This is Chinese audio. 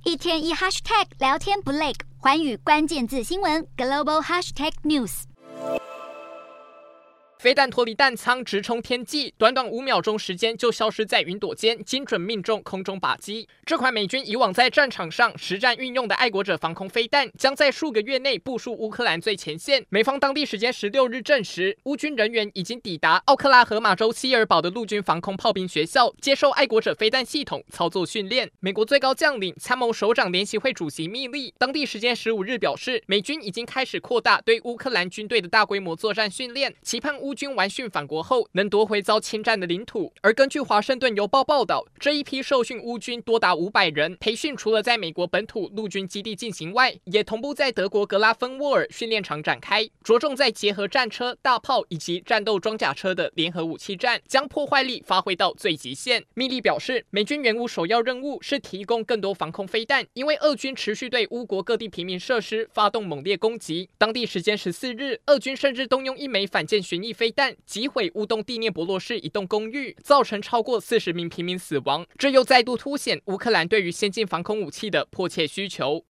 一天一 hashtag 聊天不累，寰宇关键字新闻 global hashtag news。 飞弹脱离弹舱直冲天际，短短5秒钟时间就消失在云朵间，精准命中空中靶机。这款美军以往在战场上实战运用的爱国者防空飞弹，将在数个月内部署乌克兰最前线。美方当地时间16日证实，乌军人员已经抵达奥克拉荷马州希尔堡的陆军防空炮兵学校，接受爱国者飞弹系统操作训练。美国最高将领、参谋首长联席会主席密利当地时间15日表示，美军已经开始扩大对乌克兰军队的大规模作战训练，期盼乌军完训返国后能夺回遭侵占的领土。而根据华盛顿邮报报道，这一批受训乌军多达500人，培训除了在美国本土陆军基地进行外，也同步在德国格拉芬沃尔训练场展开，着重在结合战车、大炮以及战斗装甲车的联合武器战，将破坏力发挥到最极限。密利表示，美军援乌首要任务是提供更多防空飞弹，因为俄军持续对乌国各地平民设施发动猛烈攻击。当地时间14日，俄军甚至动用1枚反舰旋翼飞弹击毁乌东第聂伯罗市一栋公寓，造成超过40名平民死亡。这又再度凸显乌克兰对于先进防空武器的迫切需求。